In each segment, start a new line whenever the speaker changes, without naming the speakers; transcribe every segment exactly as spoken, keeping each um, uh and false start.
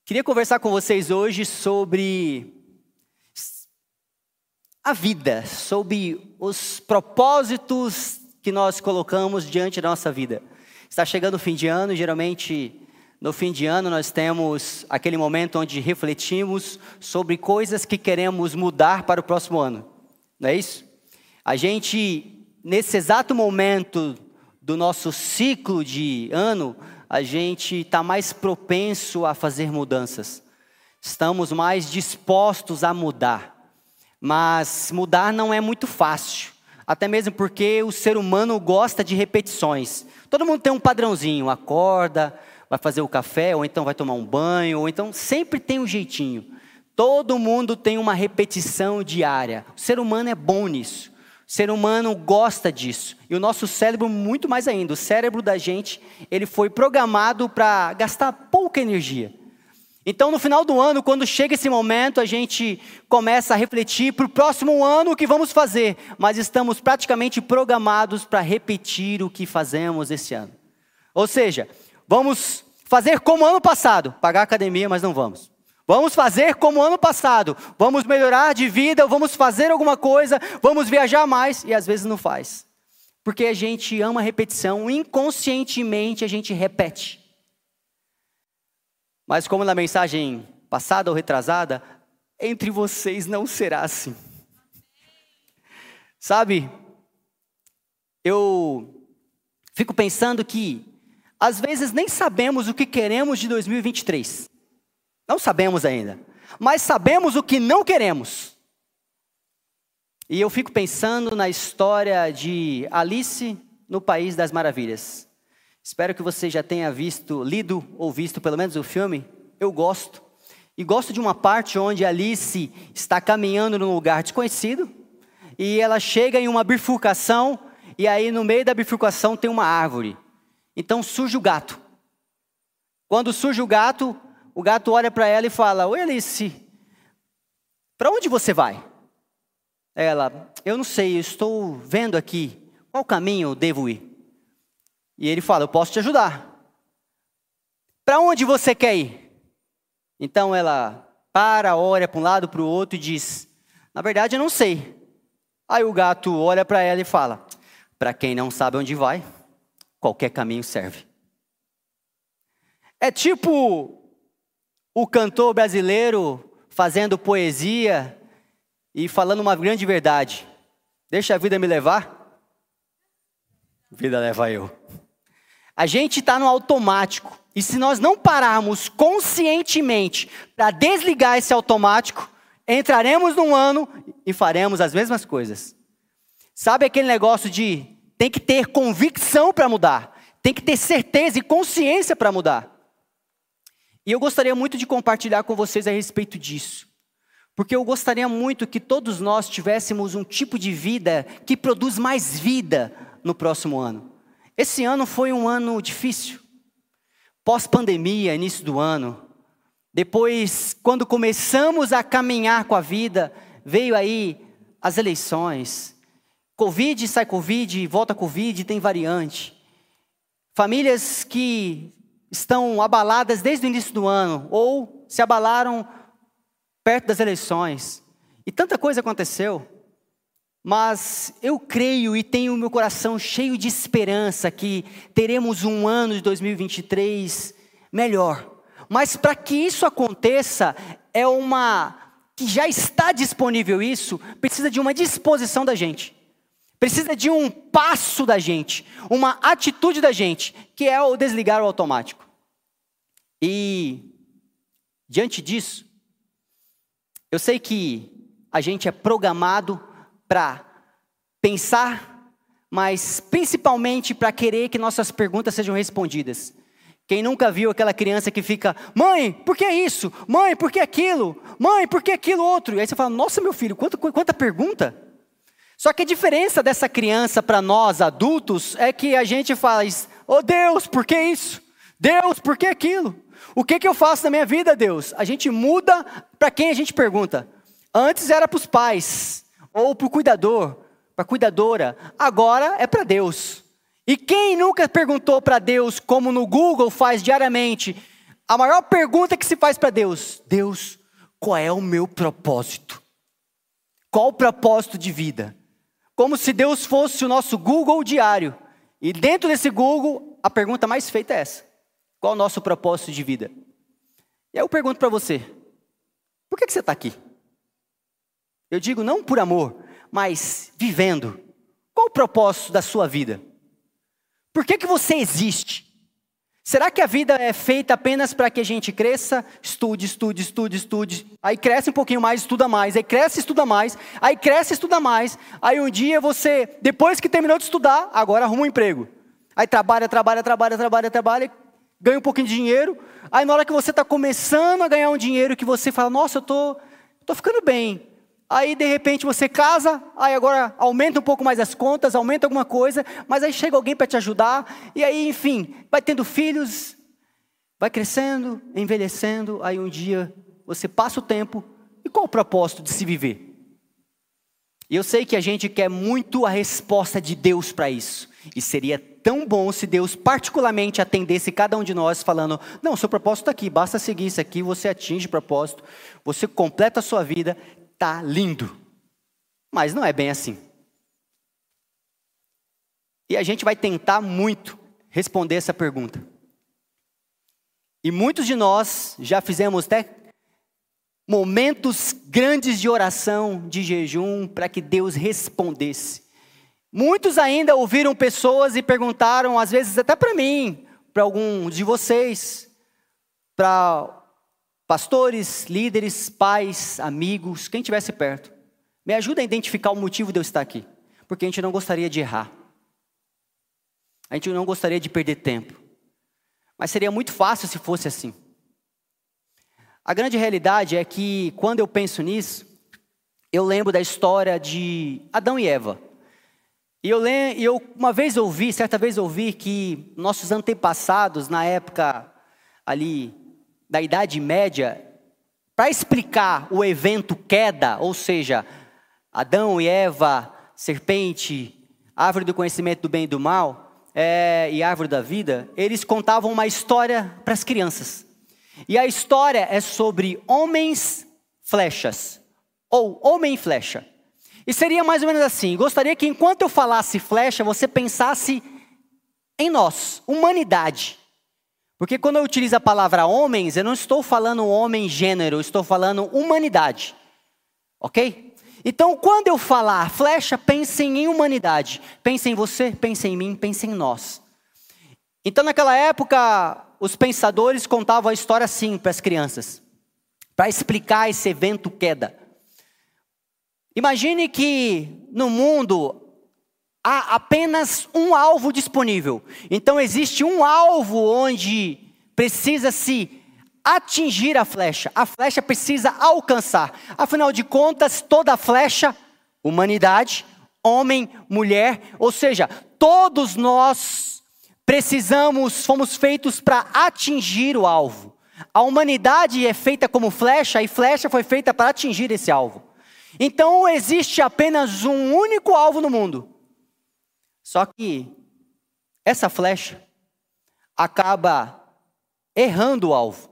Queria conversar com vocês hoje sobre a vida, sobre os propósitos que nós colocamos diante da nossa vida. Está chegando o fim de ano, geralmente no fim de ano nós temos aquele momento onde refletimos sobre coisas que queremos mudar para o próximo ano, não é isso? A gente, nesse exato momento do nosso ciclo de ano, a gente está mais propenso a fazer mudanças. Estamos mais dispostos a mudar. Mas mudar não é muito fácil. Até mesmo porque o ser humano gosta de repetições. Todo mundo tem um padrãozinho. Acorda, vai fazer o café, ou então vai tomar um banho, ou então sempre tem um jeitinho. Todo mundo tem uma repetição diária. O ser humano é bom nisso. O ser humano gosta disso. E o nosso cérebro muito mais ainda. O cérebro da gente, ele foi programado para gastar pouca energia. Então, no final do ano, quando chega esse momento, a gente começa a refletir para o próximo ano o que vamos fazer. Mas estamos praticamente programados para repetir o que fazemos esse ano. Ou seja, vamos fazer como ano passado. Pagar academia, mas não vamos. Vamos fazer como ano passado, vamos melhorar de vida, vamos fazer alguma coisa, vamos viajar mais, e às vezes não faz. Porque a gente ama a repetição, inconscientemente a gente repete. Mas como na mensagem passada ou retrasada, entre vocês não será assim. Sabe, eu fico pensando que, às vezes nem sabemos o que queremos de dois mil e vinte e três. Não sabemos ainda, mas sabemos o que não queremos. E eu fico pensando na história de Alice no País das Maravilhas. Espero que você já tenha visto, lido ou visto pelo menos o filme. Eu gosto. E gosto de uma parte onde Alice está caminhando num lugar desconhecido. E ela chega em uma bifurcação. E aí no meio da bifurcação tem uma árvore. Então surge o gato. Quando surge o gato... O gato olha para ela e fala: oi Alice, para onde você vai? Ela: eu não sei, eu estou vendo aqui, qual caminho eu devo ir? E ele fala: eu posso te ajudar. Para onde você quer ir? Então ela para, olha para um lado, para o outro e diz: na verdade eu não sei. Aí o gato olha para ela e fala: para quem não sabe onde vai, qualquer caminho serve. É tipo... o cantor brasileiro fazendo poesia e falando uma grande verdade. Deixa a vida me levar, vida leva eu. A gente está no automático. E se nós não pararmos conscientemente para desligar esse automático, entraremos num ano e faremos as mesmas coisas. Sabe aquele negócio de tem que ter convicção para mudar. Tem que ter certeza e consciência para mudar. E eu gostaria muito de compartilhar com vocês a respeito disso. Porque eu gostaria muito que todos nós tivéssemos um tipo de vida que produz mais vida no próximo ano. Esse ano foi um ano difícil. Pós-pandemia, início do ano. Depois, quando começamos a caminhar com a vida, veio aí as eleições. Covid, sai Covid, volta Covid, tem variante. Famílias que... estão abaladas desde o início do ano, ou se abalaram perto das eleições. E tanta coisa aconteceu. Mas eu creio e tenho o meu coração cheio de esperança que teremos um ano de dois mil e vinte e três melhor. Mas para que isso aconteça, é uma... que já está disponível isso, precisa de uma disposição da gente. Precisa de um passo da gente, uma atitude da gente, que é o desligar o automático. E, diante disso, eu sei que a gente é programado para pensar, mas principalmente para querer que nossas perguntas sejam respondidas. Quem nunca viu aquela criança que fica: mãe, por que isso? Mãe, por que aquilo? Mãe, por que aquilo outro? E aí você fala: nossa, meu filho, quanta, quanta pergunta. Só que a diferença dessa criança para nós adultos é que a gente faz: oh Deus, por que isso? Deus, por que aquilo? O que, que eu faço na minha vida, Deus? A gente muda para quem a gente pergunta. Antes era para os pais, ou para o cuidador, para a cuidadora. Agora é para Deus. E quem nunca perguntou para Deus, como no Google faz diariamente: A maior pergunta que se faz para Deus: Deus, qual é o meu propósito? Qual o propósito de vida? Como se Deus fosse o nosso Google diário. E dentro desse Google, a pergunta mais feita é essa: qual o nosso propósito de vida? E aí eu pergunto para você: por que, que você está aqui? Eu digo não por amor, mas vivendo. Qual o propósito da sua vida? Por que, que você existe? Será que a vida é feita apenas para que a gente cresça, estude, estude, estude, estude, aí cresce um pouquinho mais, estuda mais, aí cresce, estuda mais, aí cresce, estuda mais, aí um dia você, depois que terminou de estudar, agora arruma um emprego. Aí trabalha, trabalha, trabalha, trabalha, trabalha, ganha um pouquinho de dinheiro, aí na hora que você está começando a ganhar um dinheiro que você fala, nossa, eu tô, tô ficando bem. Aí de repente você casa, aí agora aumenta um pouco mais as contas, aumenta alguma coisa, mas aí chega alguém para te ajudar, e aí enfim, vai tendo filhos, vai crescendo, envelhecendo, aí um dia você passa o tempo, e qual o propósito de se viver? E eu sei que a gente quer muito a resposta de Deus para isso, e seria tão bom se Deus particularmente atendesse cada um de nós falando, não, seu propósito está aqui, basta seguir isso aqui, você atinge o propósito, você completa a sua vida, tá lindo. Mas não é bem assim. E a gente vai tentar muito responder essa pergunta. E muitos de nós já fizemos até momentos grandes de oração, de jejum, para que Deus respondesse. Muitos ainda ouviram pessoas e perguntaram, às vezes até para mim, para algum de vocês, para pastores, líderes, pais, amigos, quem estivesse perto, me ajuda a identificar o motivo de eu estar aqui. Porque a gente não gostaria de errar. A gente não gostaria de perder tempo. Mas seria muito fácil se fosse assim. A grande realidade é que, quando eu penso nisso, eu lembro da história de Adão e Eva. E eu, lembro, eu uma vez ouvi, certa vez ouvi que nossos antepassados, na época ali da Idade Média, para explicar o evento queda, ou seja, Adão e Eva, serpente, árvore do conhecimento do bem e do mal, é, e árvore da vida, eles contavam uma história para as crianças. E a história é sobre homens flechas, ou homem-flecha. E seria mais ou menos assim, gostaria que enquanto eu falasse flecha, você pensasse em nós, humanidade. Porque quando eu utilizo a palavra homens, eu não estou falando homem gênero, eu estou falando humanidade. Ok? Então, quando eu falar flecha, pensem em humanidade. Pense em você, pense em mim, pense em nós. Então, naquela época, os pensadores contavam a história assim para as crianças, para explicar esse evento queda. Imagine que no mundo há apenas um alvo disponível. Então existe um alvo onde precisa se atingir a flecha. A flecha precisa alcançar. Afinal de contas, toda flecha, humanidade, homem, mulher, ou seja, todos nós precisamos, fomos feitos para atingir o alvo. A humanidade é feita como flecha e flecha foi feita para atingir esse alvo. Então existe apenas um único alvo no mundo. Só que essa flecha acaba errando o alvo.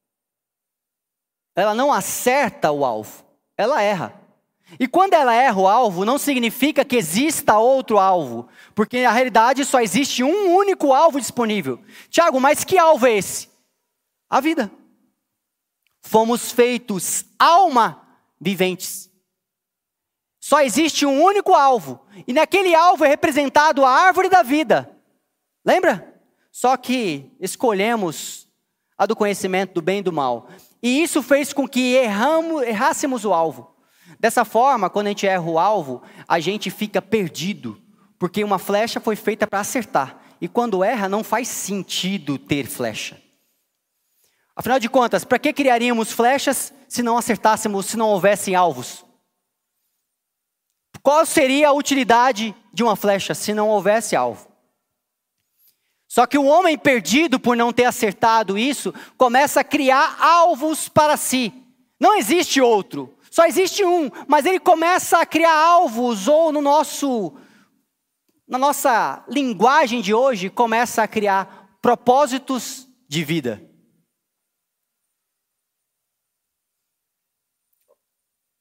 Ela não acerta o alvo, ela erra. E quando ela erra o alvo, não significa que exista outro alvo, porque na realidade só existe um único alvo disponível. Tiago, mas que alvo é esse? A vida. Fomos feitos alma viventes. Só existe um único alvo, e naquele alvo é representado a árvore da vida. Lembra? Só que escolhemos a do conhecimento do bem e do mal. E isso fez com que erramos, errássemos o alvo. Dessa forma, quando a gente erra o alvo, a gente fica perdido, porque uma flecha foi feita para acertar. E quando erra, não faz sentido ter flecha. Afinal de contas, para que criaríamos flechas se não acertássemos, se não houvessem alvos? Qual seria a utilidade de uma flecha se não houvesse alvo? Só que o homem perdido por não ter acertado isso, começa a criar alvos para si. Não existe outro, só existe um, mas ele começa a criar alvos, ou no nosso, na nossa linguagem de hoje, começa a criar propósitos de vida.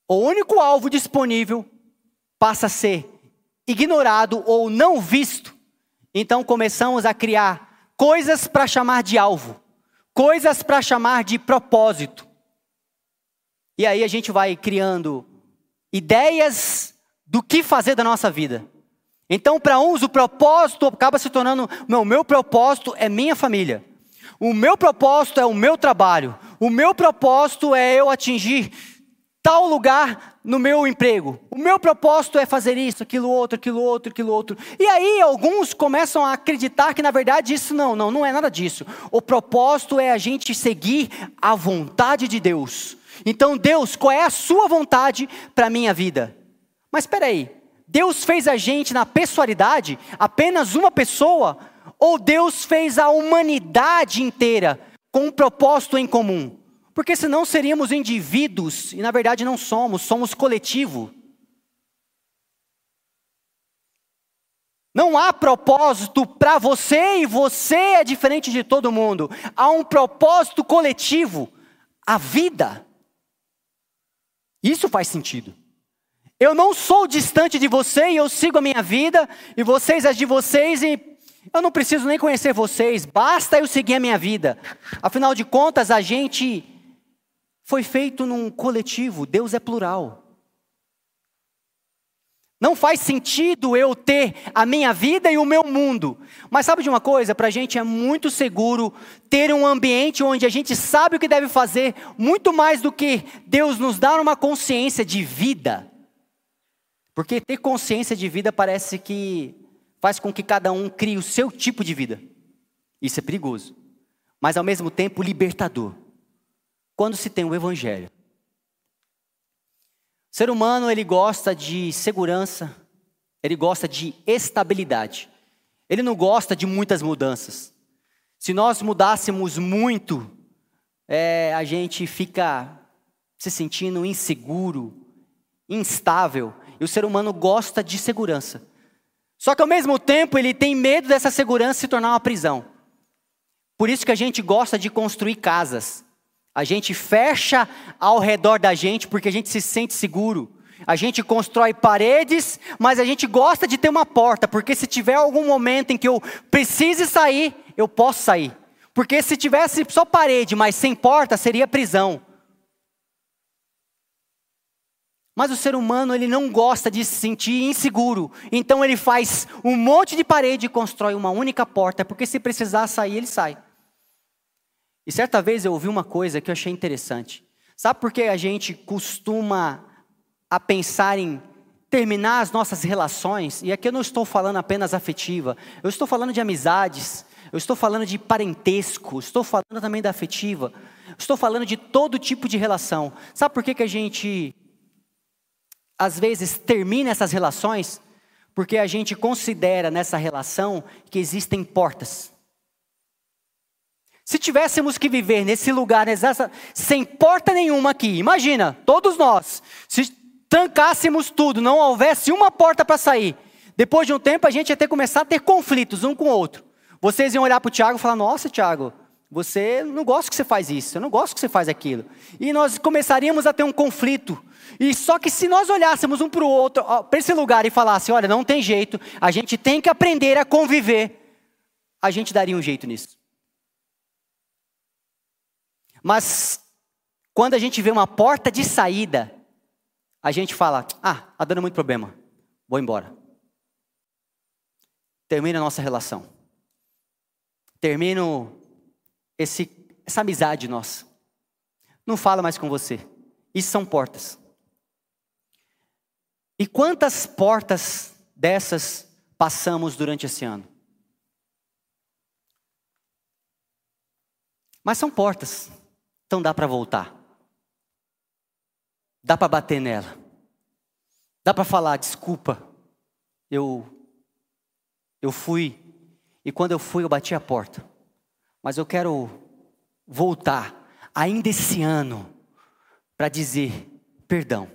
o único alvo disponível passa a ser ignorado ou não visto. Então começamos a criar coisas para chamar de alvo, coisas para chamar de propósito. E aí a gente vai criando ideias do que fazer da nossa vida. Então, para uns, o propósito acaba se tornando, não, o meu propósito é minha família. O meu propósito é o meu trabalho. O meu propósito é eu atingir tal lugar no meu emprego. O meu propósito é fazer isso, aquilo outro, aquilo outro, aquilo outro. E aí alguns começam a acreditar que na verdade isso não, não, não é nada disso. O propósito é a gente seguir a vontade de Deus. Então Deus, qual é a sua vontade para a minha vida? Mas espera aí, Deus fez a gente na pessoalidade, apenas uma pessoa? Ou Deus fez a humanidade inteira com um propósito em comum? Porque senão seríamos indivíduos, e na verdade não somos, somos coletivo. Não há propósito para você e você é diferente de todo mundo. Há um propósito coletivo, a vida. Isso faz sentido. Eu não sou distante de você e eu sigo a minha vida, e vocês as de vocês, e eu não preciso nem conhecer vocês, basta eu seguir a minha vida. Afinal de contas, a gente foi feito num coletivo, Deus é plural. Não faz sentido eu ter a minha vida e o meu mundo. Mas sabe de uma coisa? Para a gente é muito seguro ter um ambiente onde a gente sabe o que deve fazer, muito mais do que Deus nos dar uma consciência de vida. Porque ter consciência de vida parece que faz com que cada um crie o seu tipo de vida. Isso é perigoso. Mas ao mesmo tempo libertador. Quando se tem o evangelho. O ser humano, ele gosta de segurança, ele gosta de estabilidade. Ele não gosta de muitas mudanças. Se nós mudássemos muito, é, a gente fica se sentindo inseguro, instável. E o ser humano gosta de segurança. Só que ao mesmo tempo ele tem medo dessa segurança se tornar uma prisão. Por isso que a gente gosta de construir casas. A gente fecha ao redor da gente porque a gente se sente seguro. A gente constrói paredes, mas a gente gosta de ter uma porta. Porque se tiver algum momento em que eu precise sair, eu posso sair. Porque se tivesse só parede, mas sem porta, seria prisão. Mas o ser humano, ele não gosta de se sentir inseguro. Então ele faz um monte de parede e constrói uma única porta. Porque se precisar sair, ele sai. E certa vez eu ouvi uma coisa que eu achei interessante. Sabe por que a gente costuma a pensar em terminar as nossas relações? E aqui eu não estou falando apenas afetiva. Eu estou falando de amizades. Eu estou falando de parentesco. Estou falando também da afetiva. Estou falando de todo tipo de relação. Sabe por que que a gente, às vezes, termina essas relações? Porque a gente considera nessa relação que existem portas. Se tivéssemos que viver nesse lugar, nessa, sem porta nenhuma aqui, imagina, todos nós, se trancássemos tudo, não houvesse uma porta para sair, depois de um tempo a gente ia ter que começar a ter conflitos um com o outro. Vocês iam olhar para o Tiago e falar, nossa Tiago, você não gosta que você faz isso, eu não gosto que você faz aquilo. E nós começaríamos a ter um conflito. E só que se nós olhássemos um para o outro, para esse lugar e falasse, olha, não tem jeito, a gente tem que aprender a conviver, a gente daria um jeito nisso. Mas, quando a gente vê uma porta de saída, a gente fala, ah, está dando muito problema, vou embora. Termina a nossa relação. Termino esse, essa amizade nossa. Não falo mais com você. Isso são portas. E quantas portas dessas passamos durante esse ano? Mas são portas. Então dá para voltar. Dá para bater nela. Dá para falar, desculpa, eu, eu fui, e quando eu fui eu bati a porta. Mas eu quero voltar, ainda esse ano, para dizer perdão.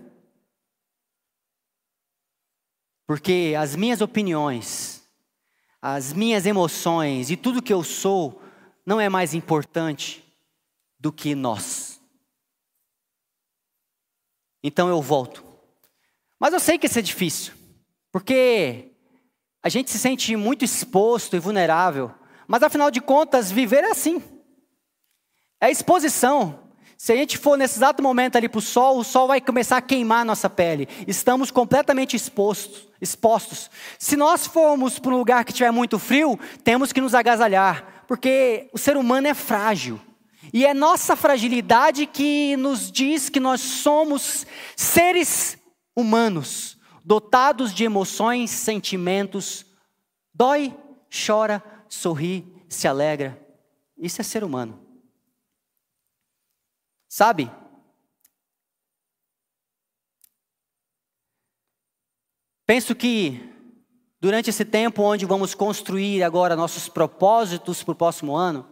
Porque as minhas opiniões, as minhas emoções e tudo que eu sou, não é mais importante do que nós. então eu volto. Mas eu sei que isso é difícil, porque a gente se sente muito exposto e vulnerável, mas afinal de contas, viver é assim. É exposição. Se a gente for nesse exato momento ali para o sol, o sol vai começar a queimar a nossa pele. Estamos completamente expostos, expostos. Se nós formos para um lugar que tiver muito frio, temos que nos agasalhar, porque o ser humano é frágil. E é nossa fragilidade que nos diz que nós somos seres humanos, dotados de emoções, sentimentos, dói, chora, sorri, se alegra. Isso é ser humano. Sabe? Penso que durante esse tempo onde vamos construir agora nossos propósitos para o próximo ano,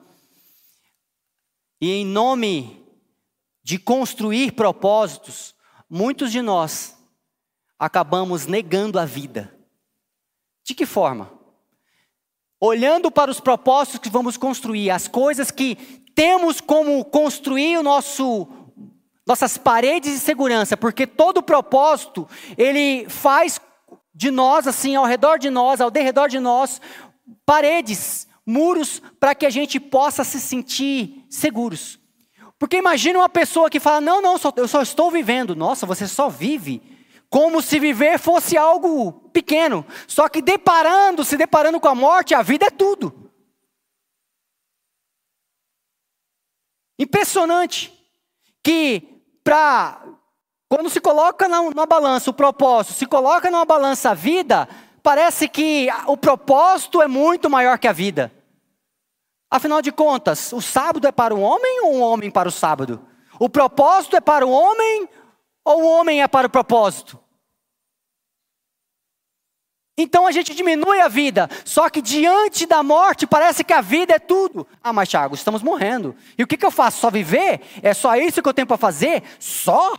e em nome de construir propósitos, muitos de nós acabamos negando a vida. De que forma? Olhando para os propósitos que vamos construir, as coisas que temos como construir o nosso, nossas paredes de segurança, porque todo propósito, ele faz de nós, assim, ao redor de nós, ao derredor de nós, paredes, muros, para que a gente possa se sentir seguros. Porque imagina uma pessoa que fala, não, não, só, eu só estou vivendo. Nossa, você só vive como se viver fosse algo pequeno. Só que deparando, se deparando com a morte, a vida é tudo. Impressionante que para quando se coloca na, na balança o propósito, se coloca numa balança a vida, parece que o propósito é muito maior que a vida. Afinal de contas, o sábado é para o homem ou o homem para o sábado? O propósito é para o homem ou o homem é para o propósito? Então a gente diminui a vida, só que diante da morte parece que a vida é tudo. Ah, mas Thiago, estamos morrendo. E o que, que eu faço? Só viver? É só isso que eu tenho para fazer? Só?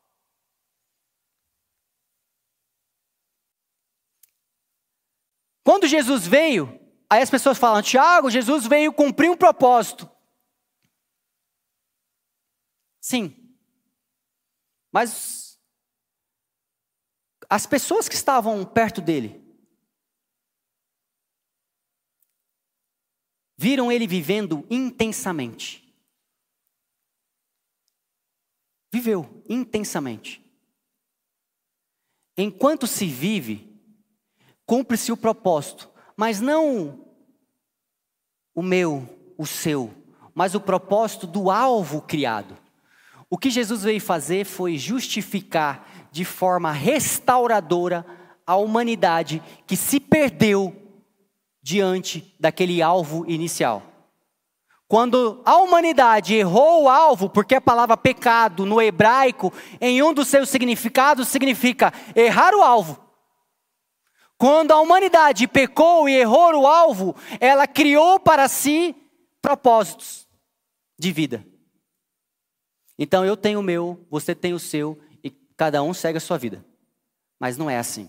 Quando Jesus veio, aí as pessoas falam, Thiago, Jesus veio cumprir um propósito. Sim. Mas as pessoas que estavam perto dele, viram ele vivendo intensamente. Viveu intensamente. Enquanto se vive, cumpre-se o propósito, mas não o meu, o seu, mas o propósito do alvo criado. O que Jesus veio fazer foi justificar de forma restauradora a humanidade que se perdeu diante daquele alvo inicial. Quando a humanidade errou o alvo, porque a palavra pecado no hebraico, em um dos seus significados, significa errar o alvo. Quando a humanidade pecou e errou o alvo, ela criou para si propósitos de vida. Então eu tenho o meu, você tem o seu, e cada um segue a sua vida. Mas não é assim.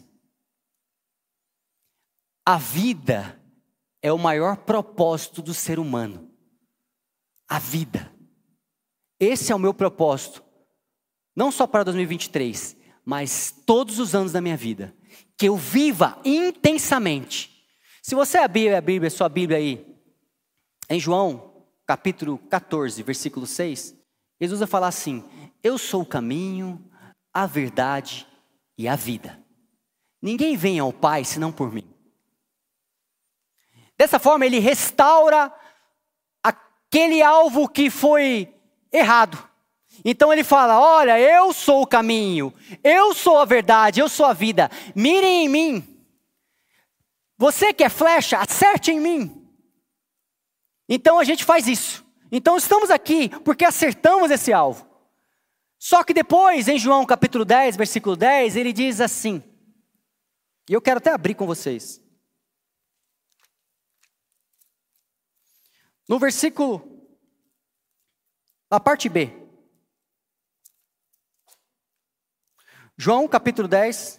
A vida é o maior propósito do ser humano. A vida. Esse é o meu propósito. Não só para dois mil e vinte e três, mas todos os anos da minha vida. Que eu viva intensamente. Se você abrir a Bíblia, sua Bíblia aí, em João, capítulo quatorze, versículo seis, Jesus vai falar assim, eu sou o caminho, a verdade e a vida. Ninguém vem ao Pai senão por mim. Dessa forma, ele restaura aquele alvo que foi errado. Então ele fala, olha, eu sou o caminho, eu sou a verdade, eu sou a vida. Mirem em mim. Você que é flecha, acerte em mim. Então a gente faz isso. Então estamos aqui porque acertamos esse alvo. Só que depois, em João capítulo dez, versículo dez, ele diz assim, e eu quero até abrir com vocês. No versículo, na parte B. João capítulo dez,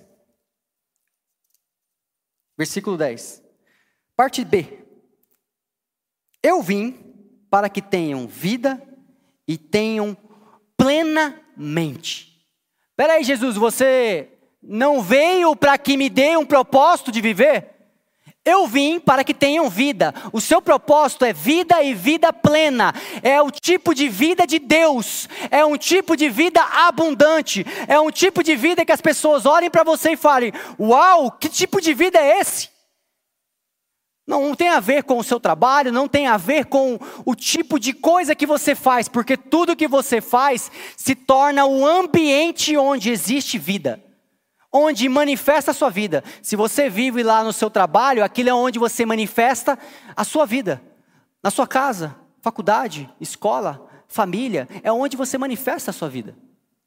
versículo dez. Parte B. Eu vim para que tenham vida e tenham plenamente. Peraí, Jesus, você não veio para que me dê um propósito de viver? Eu vim para que tenham vida. O seu propósito é vida e vida plena. É o tipo de vida de Deus. É um tipo de vida abundante. É um tipo de vida que as pessoas olhem para você e falem: uau, que tipo de vida é esse? Não, não tem a ver com o seu trabalho, não tem a ver com o tipo de coisa que você faz, porque tudo que você faz se torna o ambiente onde existe vida, onde manifesta a sua vida. Se você vive lá no seu trabalho, aquilo é onde você manifesta a sua vida. Na sua casa, faculdade, escola, família, é onde você manifesta a sua vida.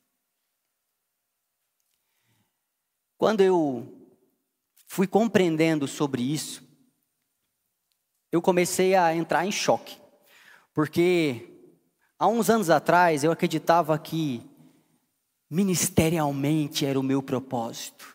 Quando eu fui compreendendo sobre isso, eu comecei a entrar em choque, porque há uns anos atrás eu acreditava que ministerialmente era o meu propósito.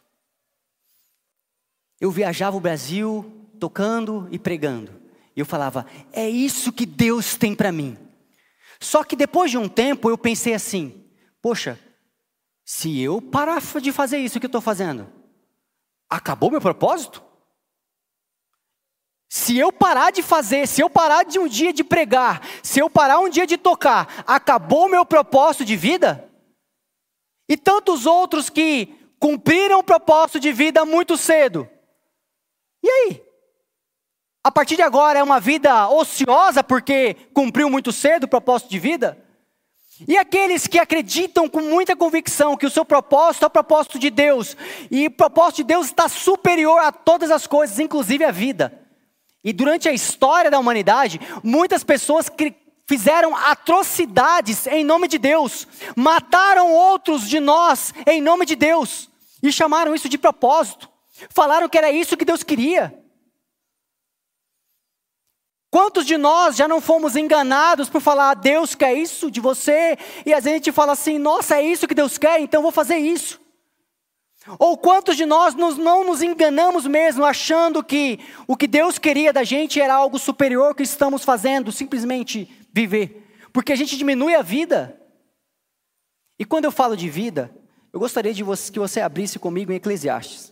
Eu viajava o Brasil tocando e pregando, e eu falava: é isso que Deus tem para mim. Só que depois de um tempo eu pensei assim: poxa, se eu parar de fazer isso que eu estou fazendo, acabou meu propósito? Se eu parar de fazer, se eu parar de um dia de pregar, se eu parar um dia de tocar, acabou o meu propósito de vida? E tantos outros que cumpriram o propósito de vida muito cedo. E aí? A partir de agora é uma vida ociosa porque cumpriu muito cedo o propósito de vida? E aqueles que acreditam com muita convicção que o seu propósito é o propósito de Deus, e o propósito de Deus está superior a todas as coisas, inclusive a vida. E durante a história da humanidade, muitas pessoas fizeram atrocidades em nome de Deus, mataram outros de nós em nome de Deus, e chamaram isso de propósito, falaram que era isso que Deus queria. Quantos de nós já não fomos enganados por falar: Deus quer isso de você, e às vezes a gente fala assim: nossa, é isso que Deus quer, então eu vou fazer isso. Ou quantos de nós nos, não nos enganamos mesmo, achando que o que Deus queria da gente era algo superior que estamos fazendo, simplesmente viver, porque a gente diminui a vida. E quando eu falo de vida, eu gostaria de você, que você abrisse comigo em Eclesiastes.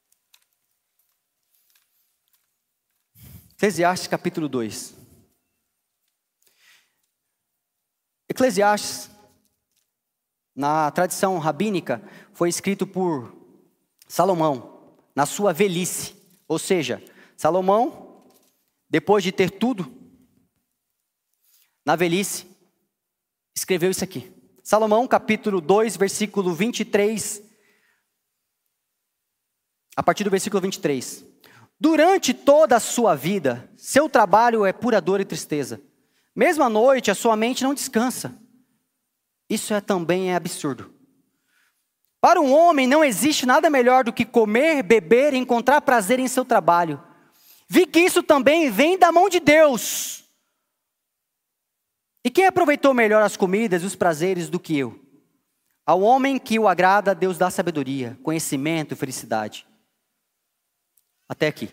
Eclesiastes capítulo dois. Eclesiastes, na tradição rabínica, foi escrito por Salomão, na sua velhice. Ou seja, Salomão, depois de ter tudo, na velhice, escreveu isso aqui. Salomão, capítulo dois, versículo vinte e três, a partir do versículo vinte e três. Durante toda a sua vida, seu trabalho é pura dor e tristeza. Mesmo à noite, a sua mente não descansa. Isso é também é absurdo. Para um homem não existe nada melhor do que comer, beber e encontrar prazer em seu trabalho. Vi que isso também vem da mão de Deus. E quem aproveitou melhor as comidas e os prazeres do que eu? Ao homem que o agrada, Deus dá sabedoria, conhecimento e felicidade. Até aqui.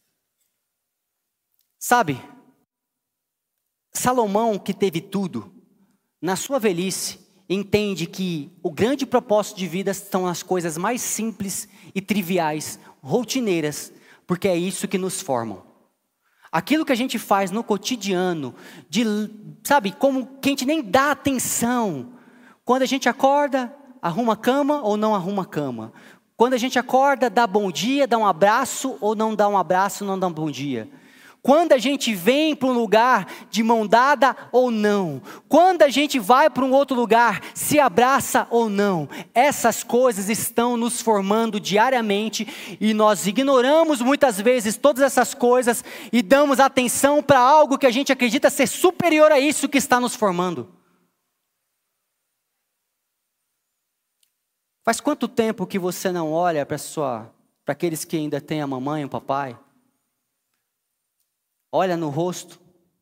Sabe, Salomão, que teve tudo, na sua velhice, entende que o grande propósito de vida estão nas coisas mais simples e triviais, rotineiras, porque é isso que nos formam. Aquilo que a gente faz no cotidiano, de, sabe, como que a gente nem dá atenção. Quando a gente acorda, arruma a cama ou não arruma a cama. Quando a gente acorda, dá bom dia, dá um abraço ou não dá um abraço, não dá um bom dia. Quando a gente vem para um lugar de mão dada ou não. Quando a gente vai para um outro lugar, se abraça ou não. Essas coisas estão nos formando diariamente e nós ignoramos muitas vezes todas essas coisas e damos atenção para algo que a gente acredita ser superior a isso que está nos formando. Faz quanto tempo que você não olha para sua, para aqueles que ainda têm a mamãe e o papai? Olha no rosto.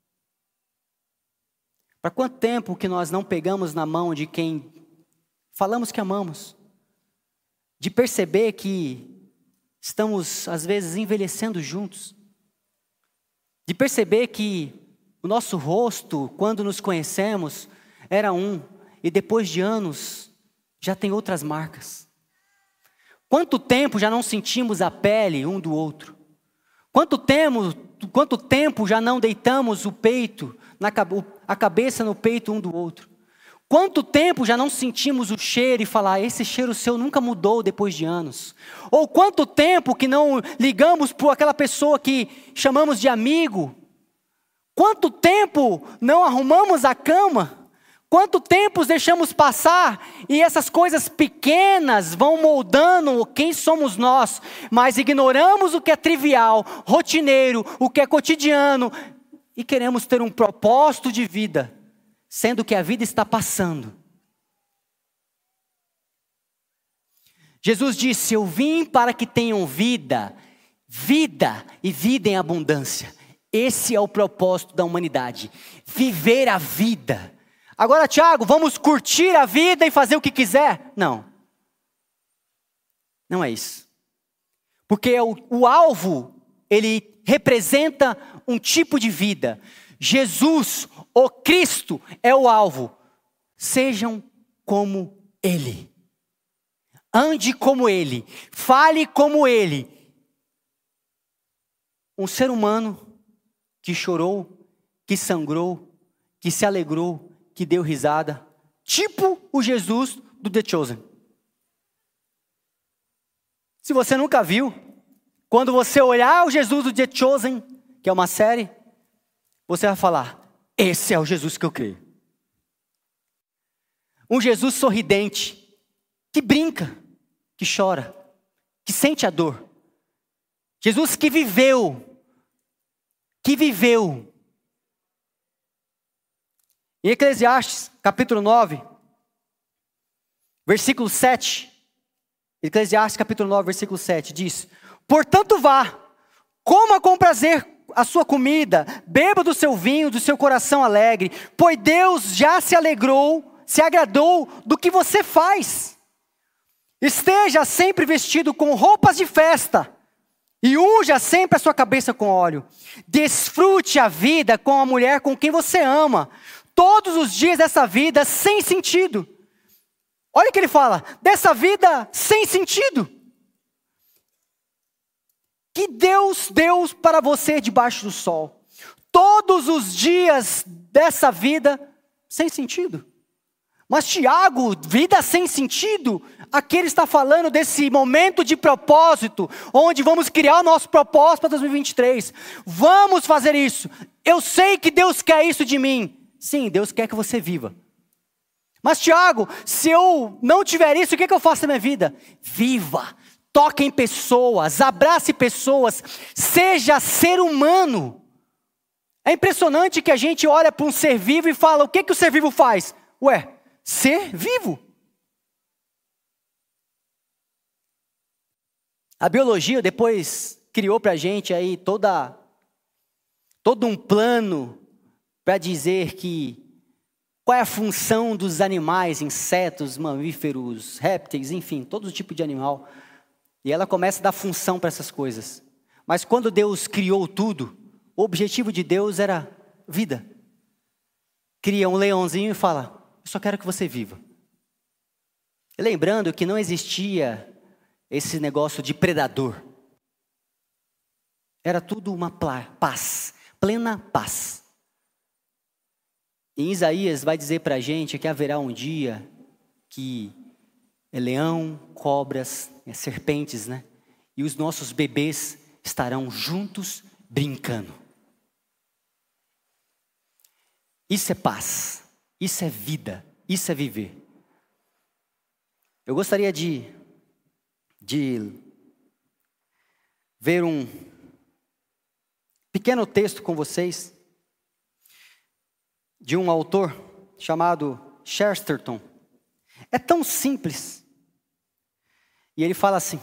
Para quanto tempo que nós não pegamos na mão de quem falamos que amamos? De perceber que estamos, às vezes, envelhecendo juntos. De perceber que o nosso rosto, quando nos conhecemos, era um. E depois de anos, já tem outras marcas. Quanto tempo já não sentimos a pele um do outro? Quanto tempo, quanto tempo já não deitamos o peito, na, a cabeça no peito um do outro? Quanto tempo já não sentimos o cheiro e falar, esse cheiro seu nunca mudou depois de anos? Ou quanto tempo que não ligamos por aquela pessoa que chamamos de amigo? Quanto tempo não arrumamos a cama? Quanto tempo deixamos passar e essas coisas pequenas vão moldando quem somos nós, mas ignoramos o que é trivial, rotineiro, o que é cotidiano e queremos ter um propósito de vida, sendo que a vida está passando. Jesus disse, eu vim para que tenham vida, vida e vida em abundância. Esse é o propósito da humanidade, viver a vida. Agora, Tiago, vamos curtir a vida e fazer o que quiser? Não. Não é isso. Porque o, o alvo, ele representa um tipo de vida. Jesus, o Cristo, é o alvo. Sejam como Ele. Ande como Ele. Fale como Ele. Um ser humano que chorou, que sangrou, que se alegrou, que deu risada, tipo o Jesus do The Chosen. Se você nunca viu, quando você olhar o Jesus do The Chosen, que é uma série, você vai falar, esse é o Jesus que eu creio. Um Jesus sorridente, que brinca, que chora, que sente a dor. Jesus que viveu, que viveu. Em Eclesiastes, capítulo nove, versículo sete, Eclesiastes capítulo nove, versículo sete, diz, portanto vá, coma com prazer a sua comida, beba do seu vinho, do seu coração alegre, pois Deus já se alegrou, se agradou do que você faz. Esteja sempre vestido com roupas de festa, e unja sempre a sua cabeça com óleo. Desfrute a vida com a mulher com quem você ama, todos os dias dessa vida sem sentido. Olha o que ele fala, dessa vida sem sentido. Que Deus deu para você debaixo do sol. Todos os dias dessa vida sem sentido. Mas Tiago, vida sem sentido, aqui ele está falando desse momento de propósito, onde vamos criar o nosso propósito para dois mil e vinte e três. Vamos fazer isso. Eu sei que Deus quer isso de mim. Sim, Deus quer que você viva. Mas Tiago, se eu não tiver isso, o que, é que eu faço na minha vida? Viva, toque em pessoas, abrace pessoas, seja ser humano. É impressionante que a gente olha para um ser vivo e fala, o que, que o ser vivo faz? Ué, ser vivo. A biologia depois criou para a gente aí toda, todo um plano para dizer que qual é a função dos animais, insetos, mamíferos, répteis, enfim, todo tipo de animal. E ela começa a dar função para essas coisas. Mas quando Deus criou tudo, o objetivo de Deus era vida. Cria um leãozinho e fala, eu só quero que você viva. E lembrando que não existia esse negócio de predador. Era tudo uma paz, plena paz. Em Isaías vai dizer para a gente que haverá um dia que é leão, cobras, é serpentes, né? E os nossos bebês estarão juntos brincando. Isso é paz, isso é vida, isso é viver. Eu gostaria de, de ver um pequeno texto com vocês, de um autor chamado Chesterton. É tão simples. E ele fala assim,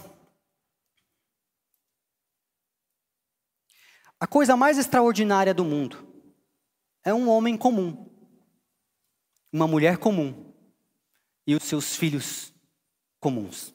a coisa mais extraordinária do mundo é um homem comum, uma mulher comum e os seus filhos comuns.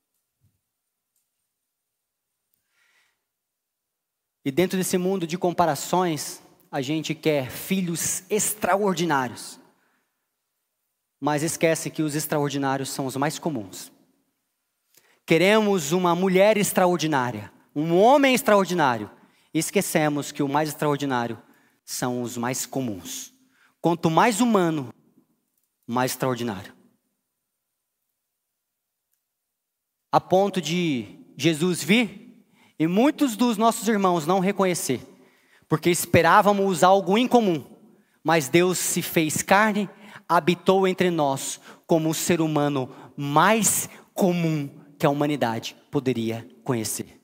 E dentro desse mundo de comparações, a gente quer filhos extraordinários. mas esquece que os extraordinários são os mais comuns. Queremos uma mulher extraordinária, um homem extraordinário, e esquecemos que o mais extraordinário são os mais comuns. Quanto mais humano, mais extraordinário. A ponto de Jesus vir e muitos dos nossos irmãos não reconhecer, porque esperávamos algo incomum, mas Deus se fez carne, habitou entre nós como o ser humano mais comum que a humanidade poderia conhecer.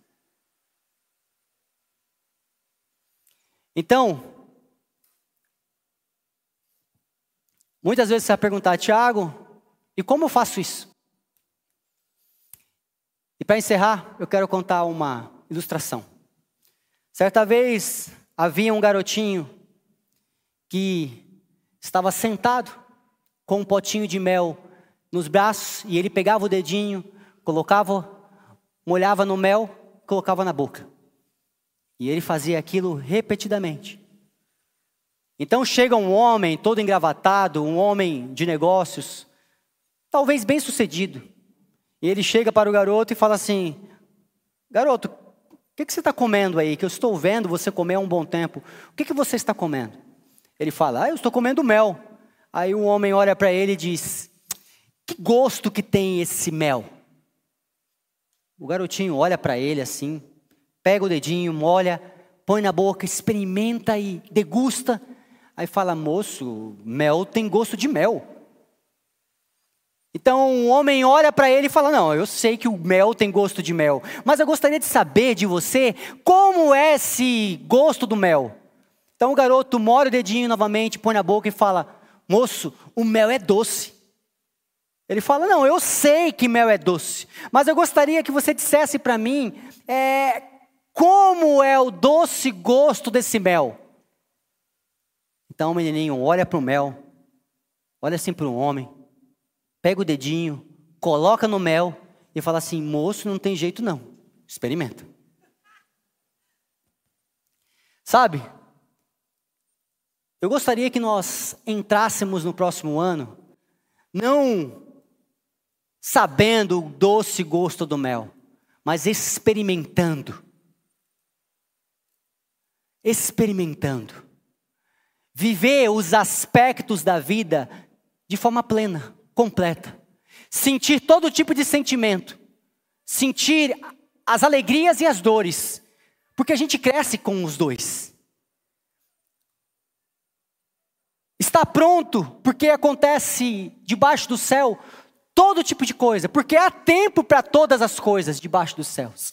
Então, muitas vezes você vai perguntar, Tiago, e como eu faço isso? E para encerrar, eu quero contar uma ilustração. Certa vez, havia um garotinho que estava sentado com um potinho de mel nos braços, e ele pegava o dedinho, colocava, molhava no mel, colocava na boca. E ele fazia aquilo repetidamente. Então chega um homem todo engravatado, um homem de negócios, talvez bem sucedido. E ele chega para o garoto e fala assim, garoto, o que, que você está comendo aí? Que eu estou vendo você comer há um bom tempo. O que, que você está comendo? Ele fala, ah, eu estou comendo mel. Aí o homem olha para ele e diz, que gosto que tem esse mel? O garotinho olha para ele assim, pega o dedinho, molha, põe na boca, experimenta e degusta. Aí fala, moço, mel tem gosto de mel. Então o homem olha para ele e fala, não, eu sei que o mel tem gosto de mel, mas eu gostaria de saber de você, como é esse gosto do mel? Então o garoto molha o dedinho novamente, põe na boca e fala, moço, o mel é doce. Ele fala, não, eu sei que mel é doce, mas eu gostaria que você dissesse para mim, é, como é o doce gosto desse mel? Então o menininho olha para o mel, olha assim para o homem, pega o dedinho, coloca no mel e fala assim, moço, não tem jeito não, experimenta. Sabe, eu gostaria que nós entrássemos no próximo ano, não sabendo o doce gosto do mel, mas experimentando. Experimentando. Viver os aspectos da vida de forma plena, completa. Sentir todo tipo de sentimento. Sentir as alegrias e as dores. Porque a gente cresce com os dois. Está pronto, porque acontece debaixo do céu todo tipo de coisa. Porque há tempo para todas as coisas debaixo dos céus.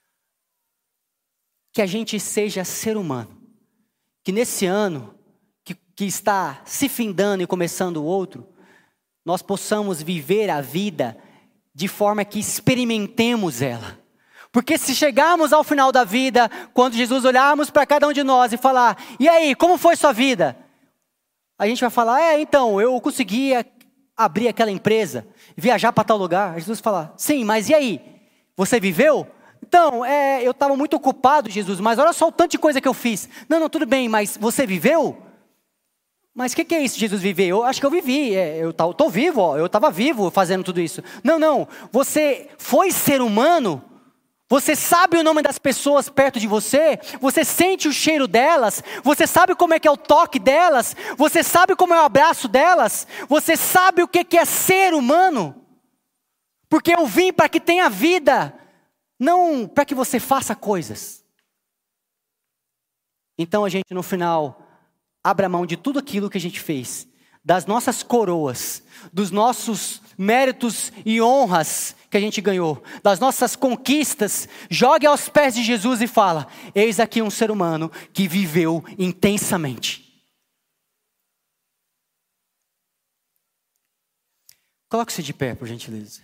Que a gente seja ser humano. Que nesse ano, que, que está se findando e começando o outro, nós possamos viver a vida de forma que experimentemos ela. Porque se chegarmos ao final da vida, quando Jesus olharmos para cada um de nós e falar, e aí, como foi sua vida? A gente vai falar, é, então, eu conseguia abrir aquela empresa, viajar para tal lugar. Jesus fala, sim, mas e aí? Você viveu? Então, é, eu estava muito ocupado, Jesus, mas olha só o tanto de coisa que eu fiz. Não, não, tudo bem, mas você viveu? Mas o que, que é isso, Jesus, viver? Eu acho que eu vivi, é, eu estou vivo, ó, eu estava vivo fazendo tudo isso. Não, não, você foi ser humano, você sabe o nome das pessoas perto de você, você sente o cheiro delas, você sabe como é que é o toque delas, você sabe como é o abraço delas, você sabe o que, que é ser humano. Porque eu vim para que tenha vida, não para que você faça coisas. Então a gente no final abra mão de tudo aquilo que a gente fez, das nossas coroas, dos nossos méritos e honras que a gente ganhou, das nossas conquistas, jogue aos pés de Jesus e fala, eis aqui um ser humano que viveu intensamente. Coloque-se de pé, por gentileza.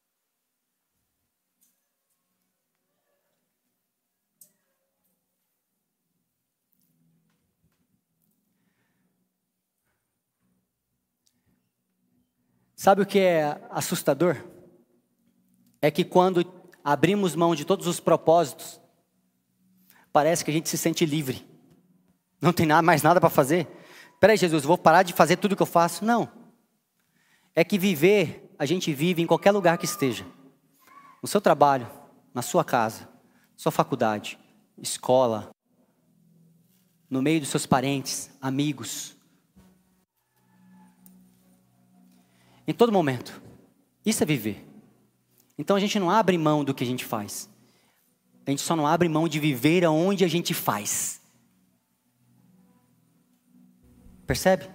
Sabe o que é assustador? É que quando abrimos mão de todos os propósitos, parece que a gente se sente livre. Não tem nada, mais nada para fazer. Espera aí, Jesus, vou parar de fazer tudo que eu faço? Não. é que viver, a gente vive em qualquer lugar que esteja. No seu trabalho, na sua casa, sua faculdade, escola, no meio dos seus parentes, amigos. Em todo momento. Isso é viver. Então a gente não abre mão do que a gente faz. A gente só não abre mão de viver aonde a gente faz. Percebe?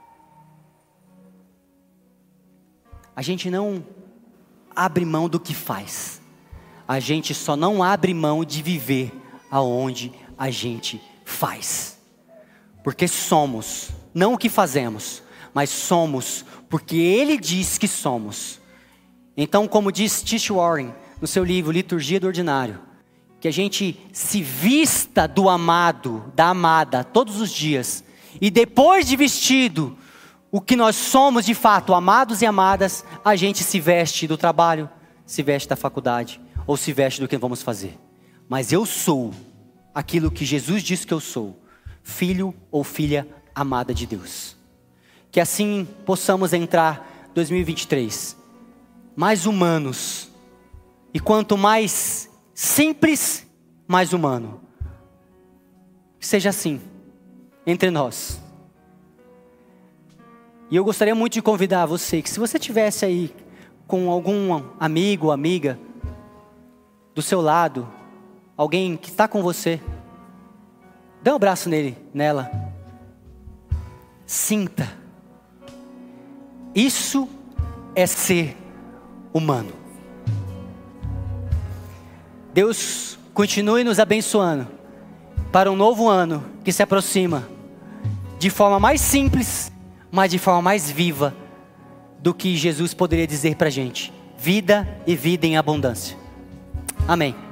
A gente não abre mão do que faz. A gente só não abre mão de viver aonde a gente faz. Porque somos, não o que fazemos, mas somos porque Ele diz que somos. Então, como diz Tish Warren no seu livro Liturgia do Ordinário, que a gente se vista do amado, da amada, todos os dias. E depois de vestido o que nós somos de fato, amados e amadas, a gente se veste do trabalho, se veste da faculdade, ou se veste do que vamos fazer. Mas eu sou aquilo que Jesus disse que eu sou, filho ou filha amada de Deus. Que assim possamos entrar dois mil e vinte e três, mais humanos, e quanto mais simples, mais humano. Que seja assim, entre nós. E eu gostaria muito de convidar você, que se você estivesse aí com algum amigo ou amiga do seu lado, alguém que está com você, dê um abraço nele, nela. Sinta. Isso é ser humano. Deus continue nos abençoando para um novo ano que se aproxima, de forma mais simples, mas de forma mais viva do que Jesus poderia dizer para a gente. Vida e vida em abundância. Amém.